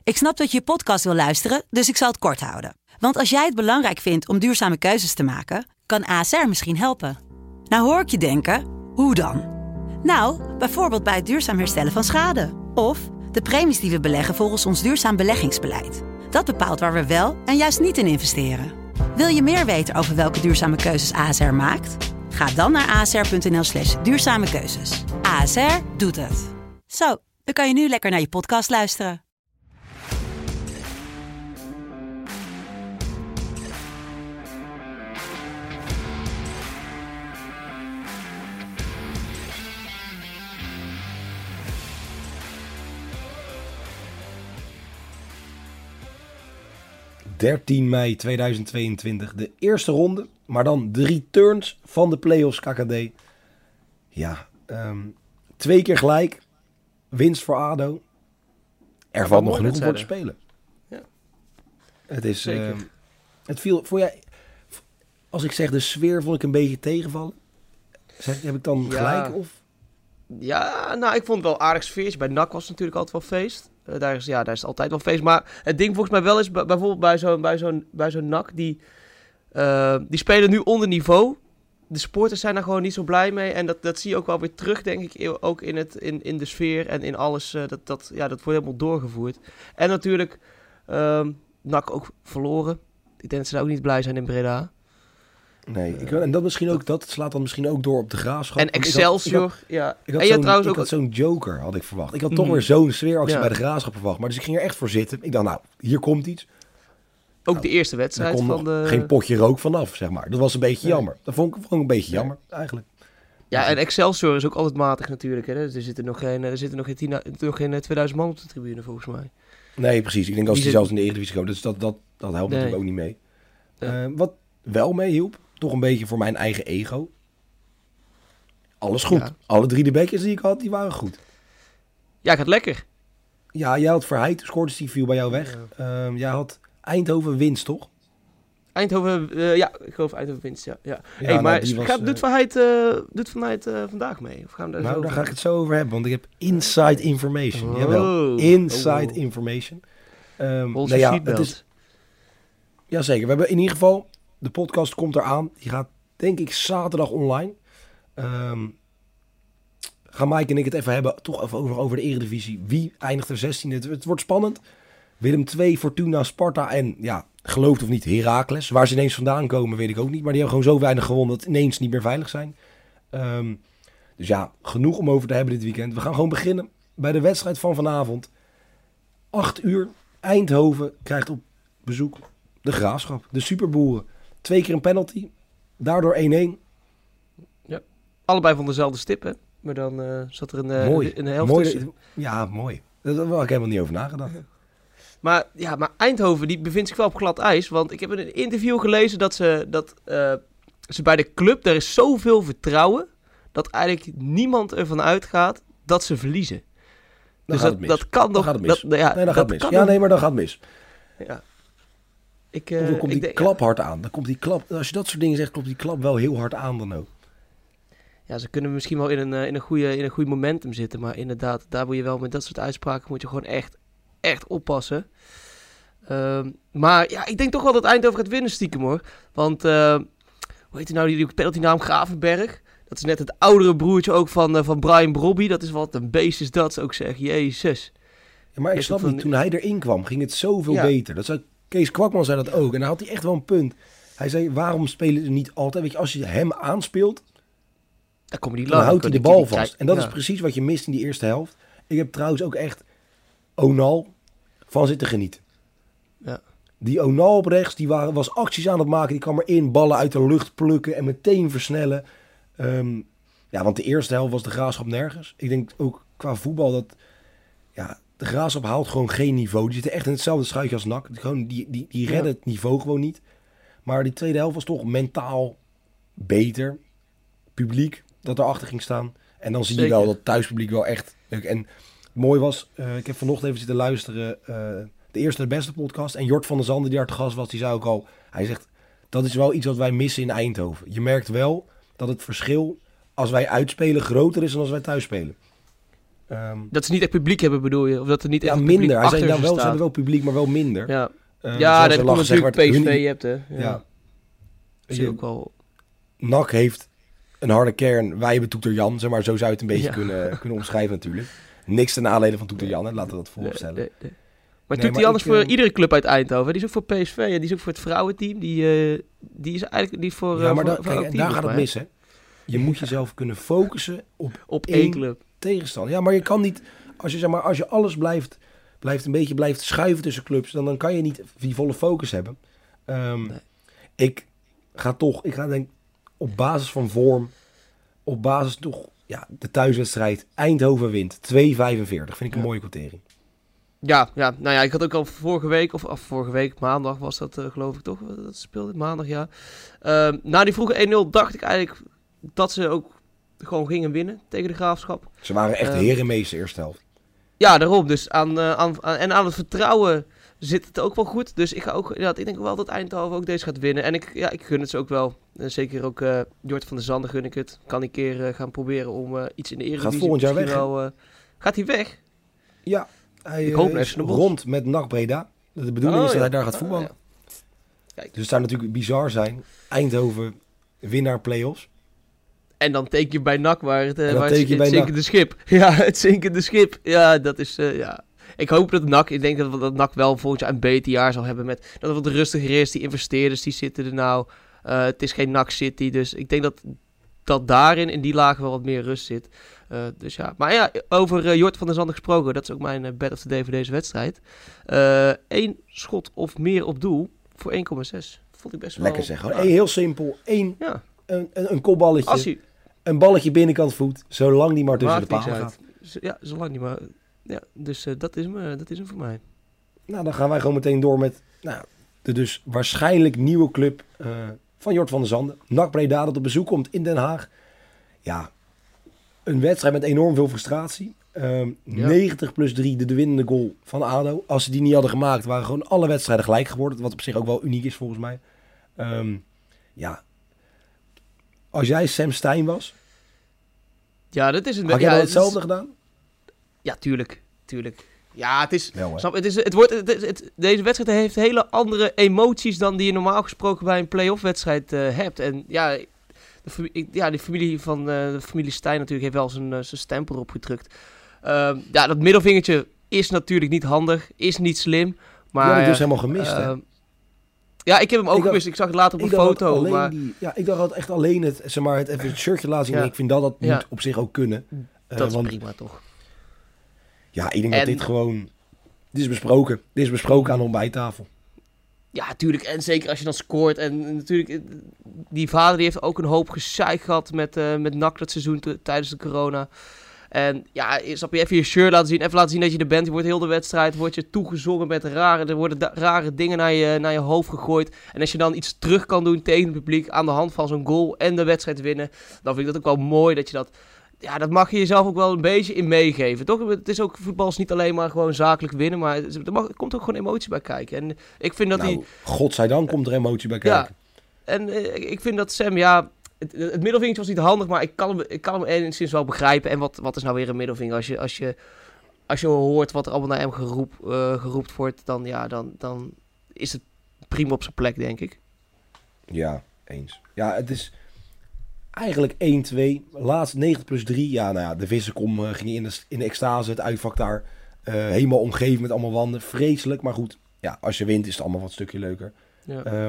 Ik snap dat je podcast wil luisteren, dus ik zal het kort houden. Want als jij het belangrijk vindt om duurzame keuzes te maken, kan ASR misschien helpen. Nou hoor ik je denken, hoe dan? Nou, bijvoorbeeld bij het duurzaam herstellen van schade. Of de premies die we beleggen volgens ons duurzaam beleggingsbeleid. Dat bepaalt waar we wel en juist niet in investeren. Wil je meer weten over welke duurzame keuzes ASR maakt? Ga dan naar asr.nl/duurzame keuzes. ASR doet het. Zo, dan kan je nu lekker naar je podcast luisteren. ...13 mei 2022, de eerste ronde, maar dan de returns van de playoffs KKD. Ja, 2 keer gelijk, winst voor ADO. Er valt nog genoeg om voor te spelen. Ja. Het is, het viel, voor jij, als ik zeg de sfeer vond ik een beetje tegenvallen. Heb ik dan gelijk? Of? Ja, nou, ik vond het wel aardig sfeertje. Bij NAC was het natuurlijk altijd wel feest. Daar is altijd wel feest. Maar het ding volgens mij wel is, bijvoorbeeld bij zo'n NAC, die spelen nu onder niveau. De supporters zijn daar gewoon niet zo blij mee. En dat zie je ook wel weer terug, denk ik, ook in de sfeer en in alles. Dat wordt helemaal doorgevoerd. En natuurlijk, NAC ook verloren. Ik denk dat ze daar ook niet blij zijn in Breda. Nee, en dat misschien ook, dat slaat dan misschien ook door op de Graafschap. En Excelsior, Ik had zo'n joker, had ik verwacht. Ik had toch weer zo'n sfeeractie bij de Graafschap verwacht. Maar dus ik ging er echt voor zitten. Ik dacht, nou, hier komt iets. Ook de eerste wedstrijd van de... geen potje rook vanaf, zeg maar. Dat was een beetje jammer. Dat vond ik een beetje jammer, eigenlijk. Ja, en Excelsior is ook altijd matig natuurlijk. Hè? Dus er zitten nog geen 2000 man op de tribune, volgens mij. Nee, precies. Ik denk als die zelfs in de Eredivisie komen, dus dat helpt natuurlijk ook niet mee. Wat wel meehielp, toch een beetje voor mijn eigen ego. Alles goed. Ja. Alle 3 de bekers die ik had, die waren goed. Ja, gaat lekker. Ja, jij had Verheid, scoorde die viel bij jou weg. Ja. Jij had Eindhoven winst, toch? Eindhoven, ik geloof Eindhoven winst, ja. Hey, maar doet Verheid vandaag mee? Of gaan we daar ga ik het zo over hebben, want ik heb inside information. Oh. Jawel, inside information. Het is... Jazeker, we hebben in ieder geval... De podcast komt eraan. Die gaat, denk ik, zaterdag online. Gaan Mike en ik het even hebben, toch even over de Eredivisie. Wie eindigt er 16e? Het wordt spannend. Willem 2, Fortuna, Sparta en, ja, geloof het of niet, Heracles. Waar ze ineens vandaan komen, weet ik ook niet. Maar die hebben gewoon zo weinig gewonnen dat ze ineens niet meer veilig zijn. Dus ja, genoeg om over te hebben dit weekend. We gaan gewoon beginnen bij de wedstrijd van vanavond. 8 uur. Eindhoven krijgt op bezoek de Graafschap. De Superboeren. 2 keer een penalty. Daardoor 1-1. Ja, allebei van dezelfde stip, hè? Maar dan zat er een helft tussen. Ja, mooi. Daar had ik helemaal niet over nagedacht. Maar Eindhoven die bevindt zich wel op glad ijs. Want ik heb in een interview gelezen dat ze bij de club... Er is zoveel vertrouwen dat eigenlijk niemand ervan uitgaat dat ze verliezen. Dan dus gaat het mis. Dat kan nog... Dan gaat het mis. Dan gaat het mis. Ja. Dan komt die klap hard aan. Dan komt die klap, als je dat soort dingen zegt, klopt die klap wel heel hard aan dan ook. Ja, ze kunnen misschien wel in een goede momentum zitten. Maar inderdaad, daar moet je wel met dat soort uitspraken moet je gewoon echt oppassen. Maar ja, ik denk toch wel dat Eindhoven gaat winnen stiekem, hoor. Want, hoe heet hij nou, die penaltynaam Gravenberg? Dat is net het oudere broertje ook van Brian Brobby. Dat is wat een beest is dat, zou ik zeggen. Jezus. Ja, maar ik snap niet, toen hij erin kwam, ging het zoveel beter. Dat zou... Kees Kwakman zei dat ook. En dan had hij echt wel een punt. Hij zei, waarom spelen ze niet altijd? Weet je, als je hem aanspeelt, dan houdt hij de bal vast. En dat is precies wat je mist in die eerste helft. Ik heb trouwens ook echt Onal van zitten genieten. Ja. Die Onal op rechts, die was acties aan het maken. Die kwam erin, ballen uit de lucht plukken en meteen versnellen. Want de eerste helft was de Graafschap nergens. Ik denk ook qua voetbal dat... Ja, de Graafschap haalt gewoon geen niveau. Die zitten echt in hetzelfde schuitje als NAC. Die redden het niveau gewoon niet. Maar die tweede helft was toch mentaal beter. Publiek dat erachter ging staan. En dan zie je wel dat thuispubliek wel echt... En mooi was, ik heb vanochtend even zitten luisteren... de eerste de beste podcast. En Jort van der Zanden, die daar te gast was, die zei ook al... Hij zegt, dat is wel iets wat wij missen in Eindhoven. Je merkt wel dat het verschil als wij uitspelen groter is dan als wij thuis spelen. Dat ze niet echt publiek hebben, bedoel je? Of dat er niet echt Ja, publiek minder. Hij achter zei ze dan wel, ze staat? hebben wel publiek, maar wel minder. Ja, Zoals dat er komt lag gezegd natuurlijk werd, PSV hun- hebt, hè. Ja. Dat is ook wel... NAC heeft een harde kern. Wij hebben Toeter Jan, zeg maar. Zo zou je het een beetje Ja. kunnen omschrijven natuurlijk. Niks ten nadele van Toeter Jan, hè. Laten we dat vooropstellen. Nee. Maar Nee, doet maar hij anders ik, voor iedere club uit Eindhoven? Die is ook voor PSV en die is ook voor het vrouwenteam. Die is eigenlijk die voor... Ja, maar voor kijk, elk en team, daar gaat het volgens mij. mis, hè. Je moet jezelf kunnen focussen Op één één club. tegenstander. Ja, maar je kan niet... Als je alles blijft schuiven tussen clubs, dan kan je niet die volle focus hebben. Nee. Ik ga denk op basis van vorm, op basis toch, ja, de thuiswedstrijd, Eindhoven wint, 2,45. Vind ik een mooie quotering. Ja, nou ja, ik had ook al vorige week, maandag was dat geloof ik toch, dat speelde maandag, ja. Na die vroege 1-0 dacht ik eigenlijk dat ze ook gewoon gingen winnen tegen de Graafschap. Ze waren echt herenmeester eerste helft. Ja, daarom. Dus aan het vertrouwen zit het ook wel goed. Dus ik denk wel dat Eindhoven ook deze gaat winnen. En ik gun het ze ook wel. Zeker ook Jort van der Zanden gun ik het. Kan een keer gaan proberen om iets in de Eredivisie. Gaat volgend jaar weg, wel, gaat hij weg? Ja, hij Ik hoop is FC Den Bosch. rond met NAC Breda. De bedoeling is dat hij daar gaat voetballen. Ja. Kijk. Dus het zou natuurlijk bizar zijn. Eindhoven winnaar play-offs. En dan teken je bij NAC waar het teken je bij zinkende schip. Ja, het zinkende schip. Ja, dat is... ja. Ik hoop dat NAC... Ik denk dat NAC wel volgend jaar een beter jaar zal hebben. Dat het wat rustiger is. Die investeerders die zitten er nou. Het is geen NAC City. Dus ik denk dat daarin, in die lagen, wel wat meer rust zit. Dus ja. Maar ja, over Jort van der Zanden gesproken. Dat is ook mijn bed of the day voor deze wedstrijd. 1 schot of meer op doel voor 1,6. Vond ik best wel... Lekker zeg. Gewoon heel simpel. Ja. Een kopballetje. Als hij... Een balletje binnenkant voet. Zolang die maar tussen de Maakt palen niks gaat. uit. Ja, zolang niet maar... Ja, dus dat is hem voor mij. Nou, dan gaan wij gewoon meteen door met de dus waarschijnlijk nieuwe club van Jort van der Zanden. NAC Breda dat op bezoek komt in Den Haag. Ja, een wedstrijd met enorm veel frustratie. 90 plus 3 de winnende goal van ADO. Als ze die niet hadden gemaakt, waren gewoon alle wedstrijden gelijk geworden. Wat op zich ook wel uniek is volgens mij. Ja, als jij Sam Stein was, Ja, dat is een... had jij dan hetzelfde gedaan? Ja, tuurlijk. Ja, het is... Wel, hè? Snap, deze wedstrijd heeft hele andere emoties dan die je normaal gesproken bij een play-off wedstrijd hebt. En ja, de familie van de familie Stein natuurlijk heeft wel zijn stempel opgedrukt. Ja, dat middelvingertje is natuurlijk niet handig, is niet slim. Maar, Die had ik dus helemaal gemist, hè? Ja, ik heb hem ook gemist. Ik zag het later op een foto. Maar... Ik dacht dat echt alleen het shirtje laten zien. Ja. En ik vind dat moet op zich ook kunnen. Dat is want, prima, toch? Ja, ik denk dat dit gewoon... Dit is besproken. Dit is besproken aan de ontbijttafel. Ja, tuurlijk. En zeker als je dan scoort. En natuurlijk, die vader die heeft ook een hoop gezeik gehad met NAC dat seizoen tijdens de corona. En ja, snap je, even je shirt laten zien. Even laten zien dat je er bent. Je wordt heel de wedstrijd, wordt je toegezongen met er worden rare dingen naar je hoofd gegooid. En als je dan iets terug kan doen tegen het publiek aan de hand van zo'n goal en de wedstrijd winnen. Dan vind ik dat ook wel mooi dat je dat... Ja, dat mag je jezelf ook wel een beetje in meegeven, toch? Het is ook, voetbal is niet alleen maar gewoon zakelijk winnen, maar er komt ook gewoon emotie bij kijken. En ik vind dat godzijdank komt er emotie bij kijken. Ja, en ik vind dat Sam, ja, het middelvingertje was niet handig, maar ik kan hem enigszins wel begrijpen. En wat is nou weer een middelvinger? Als je hoort wat er allemaal naar hem geroept wordt, dan is het prima op zijn plek, denk ik. Ja, eens. Ja, het is... Eigenlijk 1-2, laatst 90 plus 3. Ja, nou ja, de Visserkom ging in de extase, het uitvak daar. Helemaal omgeven met allemaal wanden. Vreselijk, maar goed. Ja, als je wint is het allemaal wat een stukje leuker. Ja.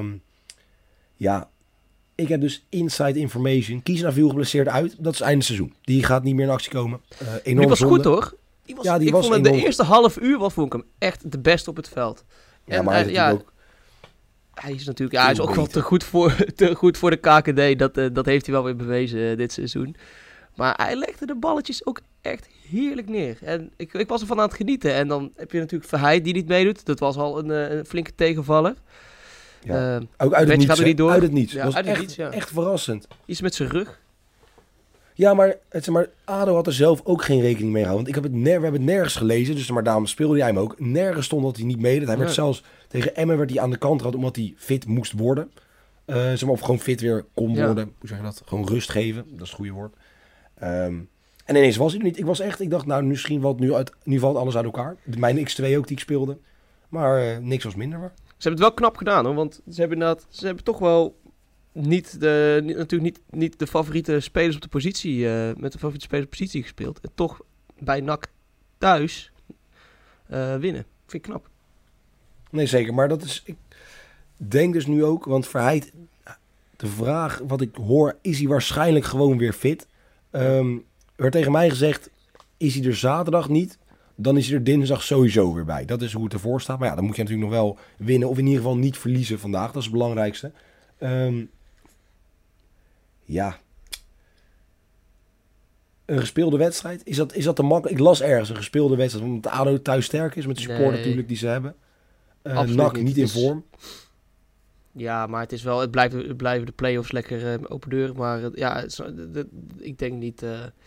Ja, ik heb dus inside information. Kiesna viel geblesseerd uit. Dat is einde seizoen. Die gaat niet meer in actie komen. Enorm die was zonde. goed, hoor. Ik vond het de eerste half uur vond ik hem echt de beste op het veld. Ja, maar hij ook... Hij is natuurlijk, hij is ook wel te goed voor de KKD. Dat heeft hij wel weer bewezen dit seizoen. Maar hij legde de balletjes ook echt heerlijk neer. En ik was ervan aan het genieten. En dan heb je natuurlijk Verheid die niet meedoet. Dat was al een flinke tegenvaller. Ja. Ook uit het niets. Niet door. Uit het niets. Ja, dat was uit echt, het niets, echt verrassend. Iets met zijn rug. Ja, maar ADO had er zelf ook geen rekening mee gehouden. Want we hebben het nergens gelezen, dus maar daarom speelde hij hem ook. Nergens stond dat hij niet meedeed. Hij werd zelfs tegen Emmen werd hij aan de kant gehad omdat hij fit moest worden. Of gewoon fit weer kon worden. Hoe zeg je dat? Gewoon rust geven, dat is het goede woord. En ineens was hij er niet. Ik dacht, nou, nu valt alles uit elkaar. Mijn X2 ook die ik speelde. Maar niks was minder waar. Ze hebben het wel knap gedaan, hoor. Want ze hebben toch wel natuurlijk niet de favoriete spelers op de positie, met de favoriete spelers op de positie gespeeld. En toch bij NAC thuis winnen. Vind ik knap. Nee, zeker. Maar ik denk dus nu ook, want Verheid, de vraag wat ik hoor, is hij waarschijnlijk gewoon weer fit? Werd tegen mij gezegd, is hij er zaterdag niet, dan is hij er dinsdag sowieso weer bij. Dat is hoe het ervoor staat. Maar ja, dan moet je natuurlijk nog wel winnen, of in ieder geval niet verliezen vandaag. Dat is het belangrijkste. Ja. Een gespeelde wedstrijd? Is dat te makkelijk? Ik las ergens een gespeelde wedstrijd, omdat ADO thuis sterk is, met de support natuurlijk die ze hebben. NAC niet in vorm. Ja, maar het blijven de play-offs lekker open deuren. Maar ik denk niet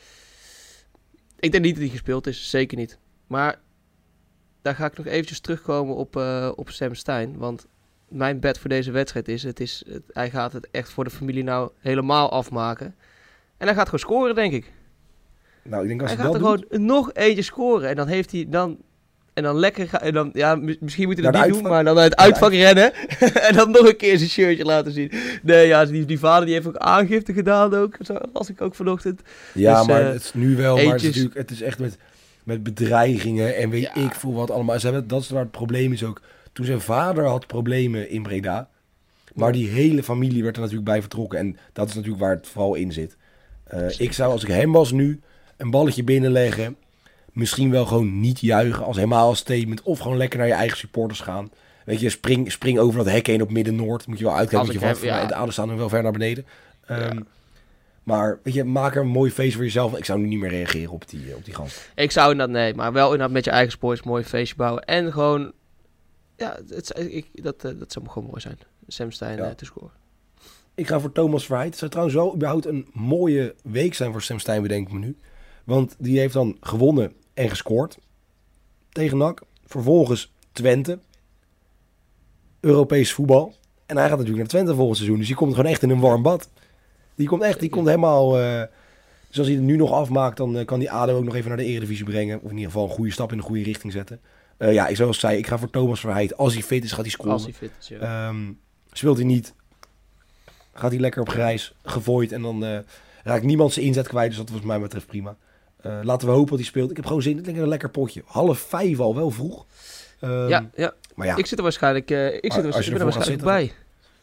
dat hij gespeeld is. Zeker niet. Maar daar ga ik nog eventjes terugkomen op Sam Stein. Want mijn bet voor deze wedstrijd is... Hij gaat het echt voor de familie nou helemaal afmaken. En hij gaat gewoon scoren, denk ik. Nou, ik denk als hij gaat er gewoon nog eentje scoren. En dan heeft hij... En dan lekker en dan, ja, misschien moet hij dat niet doen, maar dan uit het uitvak rennen. En dan nog een keer zijn shirtje laten zien. Nee, ja, die vader die heeft ook aangifte gedaan ook. Zo las ik ook vanochtend. Ja, dus, maar het is nu wel, maar het is echt met bedreigingen en weet ik veel wat allemaal. Dat is waar het probleem is ook. Toen zijn vader had problemen in Breda. Maar die hele familie werd er natuurlijk bij vertrokken. En dat is natuurlijk waar het vooral in zit. Ik zou, als ik hem was nu, een balletje binnenleggen. Misschien wel gewoon niet juichen als helemaal statement. Of gewoon lekker naar je eigen supporters gaan. Weet je, spring over dat hek heen op Midden-Noord. Moet je wel uitkijken. De ouders staan nog wel ver naar beneden. Maar weet je, maak er een mooi feest voor jezelf. Ik zou nu niet meer reageren op die gast. Ik zou inderdaad, nee. Maar wel inderdaad met je eigen sports een mooi feestje bouwen. En gewoon, ja, dat zou gewoon mooi zijn. Sam Stein te scoren. Ik ga voor Thomas Verheid. Het zou trouwens wel überhaupt een mooie week zijn voor Sam Stein, bedenk ik me nu. Want die heeft dan gewonnen en gescoord tegen NAC. Vervolgens Twente. Europees voetbal. En hij gaat natuurlijk naar Twente volgend seizoen. Dus die komt gewoon echt in een warm bad. Die komt helemaal... dus als hij het nu nog afmaakt, dan kan die ADO ook nog even naar de Eredivisie brengen. Of in ieder geval een goede stap in de goede richting zetten. Zoals ik zei, ik ga voor Thomas Verheid. Als hij fit is, gaat hij scoren. Als hij fit is, ja. Speelt hij niet, gaat hij lekker op grijs, gevooid. En dan raakt niemand zijn inzet kwijt. Dus dat was wat mij betreft prima. Laten we hopen dat hij speelt. Ik heb gewoon zin. Ik denk een lekker potje. 4:30 al, wel vroeg. Ja. Maar ja. Ik zit er waarschijnlijk, bij.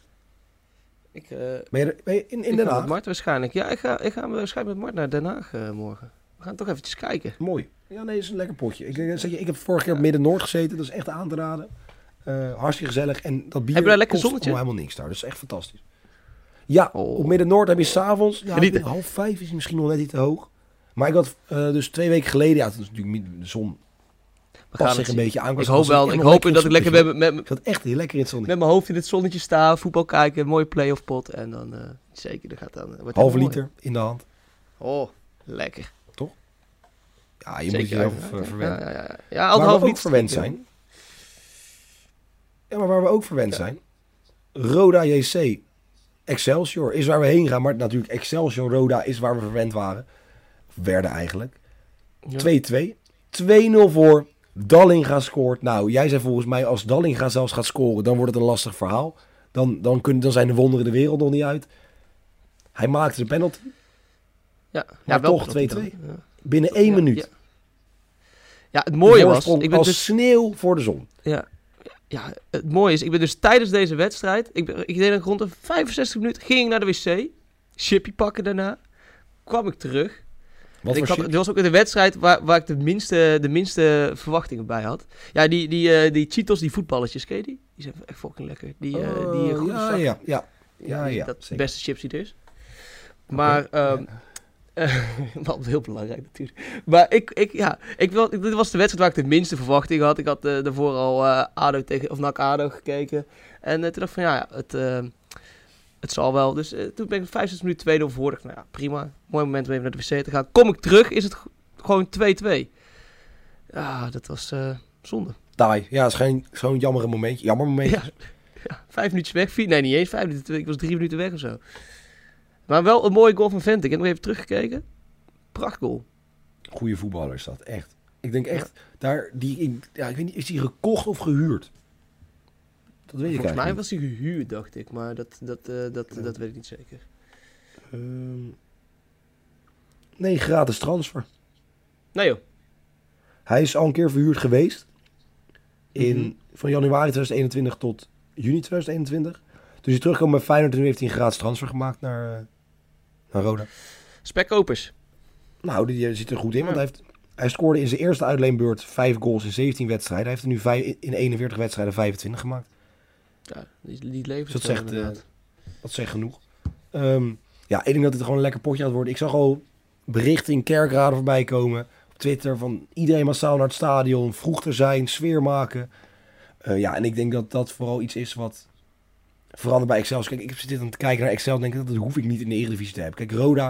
Ben je in Den Haag? Met Mart waarschijnlijk. Ja, ik ga waarschijnlijk met Mart naar Den Haag morgen. We gaan toch eventjes kijken. Mooi. Ja, nee, het is een lekker potje. Ik heb vorige keer op Midden-Noord gezeten. Dat is echt aan te raden. Hartstikke gezellig. En dat bier heb je daar lekker zonnetje? Helemaal niks daar. Dat is echt fantastisch. Ja, op Midden-Noord heb je s'avonds... Ja, 4:30 is misschien nog net iets te hoog. Maar ik had dus 2 weken geleden... Ja, het is natuurlijk de zon... Pas zich een beetje aan. Ik hoop dat ik lekker ben ik had echt heel lekker in het zonnetje. Met mijn hoofd in het zonnetje staan, voetbal kijken, een mooie play-off pot. En dan zeker, dat gaat dan... Halve liter in de hand. Oh, lekker. Toch? Ja, je moet je zelf verwennen. Ja, anderhalf liter verwend zijn. Ja, maar waar we ook verwend zijn... Roda JC Excelsior is waar we heen gaan. Maar natuurlijk Excelsior Roda is waar we verwend waren. Of werden eigenlijk. 2-2. 2-0 voor... Dallinga scoort. Nou, jij zei volgens mij als Dallinga zelfs gaat scoren, dan wordt het een lastig verhaal. Dan zijn de wonderen de wereld nog niet uit. Hij maakte zijn penalty. Maar toch 2-2. Ja. Binnen 1 minuut. Ja, het mooie was... Ik ben als sneeuw voor de zon. Ja, het mooie is, ik ben dus tijdens deze wedstrijd... Ik deed nog rond de 65 minuten, ging ik naar de wc. Chippy pakken daarna. Kwam ik terug... Dit was ook de wedstrijd waar ik de minste verwachtingen bij had. Ja, die Cheetos, die voetballetjes, ken je die? Die zijn echt fucking lekker. Dat is de beste chips die er is. Maar, wat heel belangrijk natuurlijk. Maar dit was de wedstrijd waar ik de minste verwachtingen had. Ik had daarvoor al ADO tegen NAC ADO gekeken. En toen dacht ik van het zal wel. Dus toen ben ik 65 minuten 2-0 voor. Nou ja, prima. Mooi moment om even naar de wc te gaan. Kom ik terug, is het gewoon 2-2. Ja, dat was zonde. Taai. Ja, het is zo'n jammer momentje. Ja, 5 minuutjes weg. Nee, niet eens 5 minuten. Ik was 3 minuten weg of zo. Maar wel een mooie goal van Vente. Ik heb nog even teruggekeken. Prachtgoal. Goeie voetballer is dat, echt. Ik denk echt, ik weet niet, is die gekocht of gehuurd? Dat weet ik Volgens mij eigenlijk was hij gehuurd, dacht ik. Maar dat weet ik niet zeker. niet. Nee, gratis transfer. Nee joh. Hij is al een keer verhuurd geweest. Mhm. Van januari 2021 tot juni 2021. Dus hij terugkomt bij Feyenoord en nu heeft hij een gratis transfer gemaakt naar Roda. Spekopers. Nou, die zit er goed in, Ja. want hij scoorde in zijn eerste uitleenbeurt 5 goals in 17 wedstrijden. Hij heeft er nu in 41 wedstrijden 25 gemaakt. Ja, die levert Dus dat wel zegt, inderdaad. Dat zegt genoeg. Ja, ik denk dat het gewoon een lekker potje gaat worden. Ik zag al berichten in Kerkrade voorbij komen. Op Twitter van iedereen massaal naar het stadion. Vroeg er zijn, sfeer maken. Ja, en ik denk dat dat vooral iets is wat verandert bij Excelsior. Kijk, ik zit aan te kijken naar Excelsior en denk dat hoef ik niet in de Eredivisie te hebben. Kijk, Roda,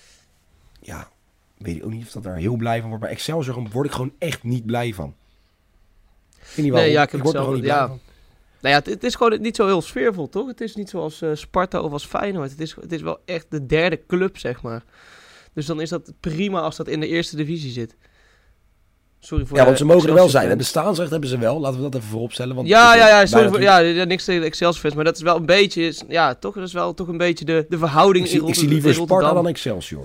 ja, weet ik ook niet of dat daar heel blij van wordt. Maar Excelsior word ik gewoon echt niet blij van. Ik weet niet waarom. Nee, ja, ik heb word er het gewoon zelf- niet blij ja. van. Nou ja, het is gewoon niet zo heel sfeervol, toch? Het is niet zoals Sparta of als Feyenoord. Het is wel echt de derde club, zeg maar. Dus dan is dat prima als dat in de eerste divisie zit. Sorry voor Ja, want ze mogen er wel zijn. Excelsior En bestaansrecht hebben ze wel. Laten we dat even vooropstellen. Want Ja, sorry voor, bijna ja, niks tegen de Excelsior-fans, maar dat is wel een beetje, ja, toch, dat is wel toch een beetje de verhouding ik zie liever in Sparta Rotterdam. dan Excelsior.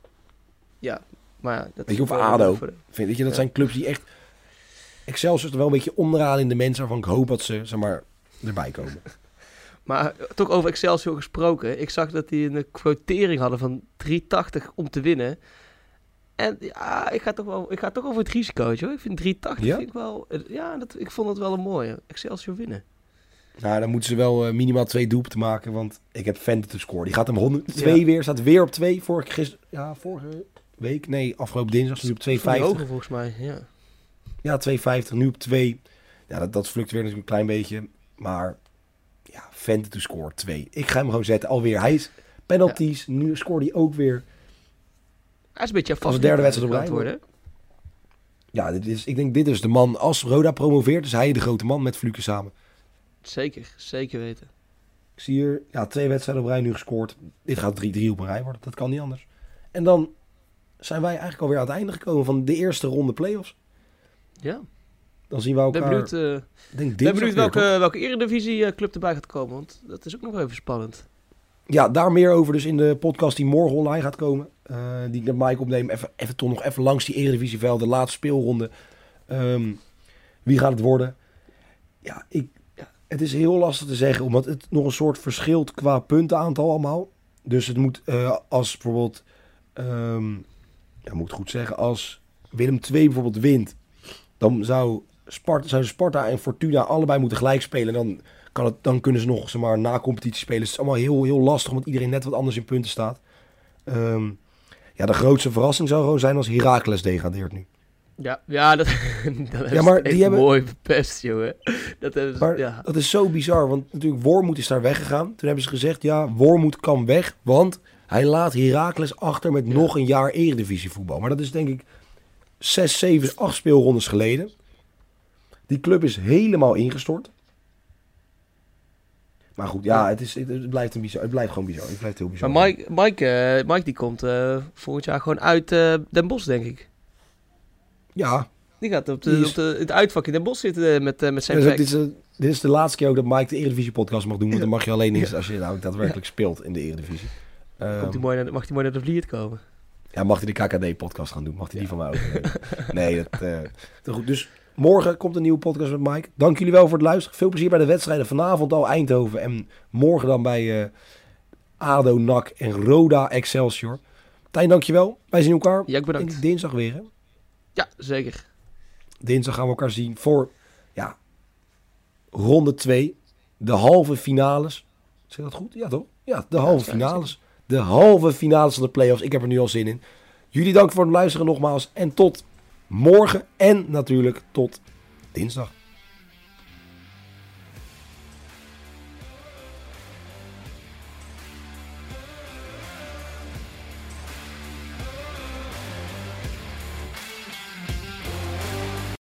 Ja, maar ja, dat Weet je, is of wel- ADO. voor de- Weet je, dat Ja. zijn clubs die echt... Excelsior is er wel een beetje onderaan in de mensen waarvan ik hoop dat ze, zeg maar, erbij komen. Maar toch over Excelsior gesproken. Ik zag dat die een quotering hadden van 3,80 om te winnen. En ja, ik ga toch over het risicootje hoor. Ik vind 3,80 Ja? vind ik wel... Ja, ik vond het wel een mooie. Excelsior winnen. Nou, dan moeten ze wel minimaal 2 doelpunten maken, want ik heb Vente te scoren. Die gaat hem 102 weer, staat weer op 2. Vorige week, nee, afgelopen dinsdag stond hij op Vond die 2,50. hoger volgens mij, ja. Ja, 2,50, nu op 2. Ja, dat fluctueert natuurlijk een klein beetje, maar ja, Vente to score 2. Ik ga hem gewoon zetten, alweer. Hij is penalties, nu scoort hij ook weer. Hij is een beetje Als de derde wedstrijd op aan het rij worden. Ja, ik denk dit is de man, als Roda promoveert, is hij de grote man met Fluke samen. Zeker weten. Ik zie hier 2 wedstrijden op rij nu gescoord. Dit gaat 3-3 op een rij worden, dat kan niet anders. En dan zijn wij eigenlijk alweer aan het einde gekomen van de eerste ronde play-offs. Ja. Dan zien we Ik ben elkaar, benieuwd, denk ben dinsdag benieuwd weer, toch? welke Eredivisie club erbij gaat komen. Want dat is ook nog wel even spannend. Ja, daar meer over dus in de podcast die morgen online gaat komen. Die ik met Mike opneem. Even langs die Eredivisievelden, de laatste speelronde. Wie gaat het worden? Ja, het is heel lastig te zeggen, omdat het nog een soort verschilt qua puntenaantal allemaal. Dus het moet, als bijvoorbeeld, moet ik het goed zeggen, als Willem II bijvoorbeeld wint, dan zouden Sparta en Fortuna allebei moeten gelijk spelen. Dan kunnen ze nog, zeg maar, na competitie spelen. Dus het is allemaal heel, heel lastig, omdat iedereen net wat anders in punten staat. De grootste verrassing zou gewoon zijn als Heracles degradeert nu. Ja, dat Ja, maar die hebben- mooi verpest, jongen. Dat hebben ze, Maar ja. dat is zo bizar, want natuurlijk Wormoed is daar weggegaan. Toen hebben ze gezegd, ja, Wormoed kan weg, want hij laat Heracles achter met nog een jaar Eredivisie voetbal. Maar dat is denk ik 6, 7, 8 speelrondes geleden. Die club is helemaal ingestort. Maar goed, het blijft een bizar. Het blijft gewoon bizar. Het blijft heel bizar. Maar Mike die komt volgend jaar gewoon uit Den Bosch, denk ik. Ja, Die gaat op Die is- het uitvak in Den Bosch zitten met zijn dus plek. dit is de laatste keer ook dat Mike de Eredivisie podcast mag doen. Want dan mag je alleen eens als je nou daadwerkelijk speelt in de Eredivisie. Mag hij mooi naar de Vliert komen? Ja, mag hij de KKD-podcast gaan doen? Mag hij die van mij overnemen? Nee, dat goed. Dus morgen komt een nieuwe podcast met Mike. Dank jullie wel voor het luisteren. Veel plezier bij de wedstrijden. Vanavond al Eindhoven. En morgen dan bij ADO, NAC en Roda Excelsior. Tijn, dankjewel. Wij zien elkaar Ja, bedankt. denk ik dinsdag weer. Hè? Ja, zeker. Dinsdag gaan we elkaar zien voor ronde 2. De halve finales. Zeg dat goed? Ja, toch? Ja, de halve finales. De halve finales van de play-offs. Ik heb er nu al zin in. Jullie dank voor het luisteren nogmaals. En tot morgen. En natuurlijk tot dinsdag.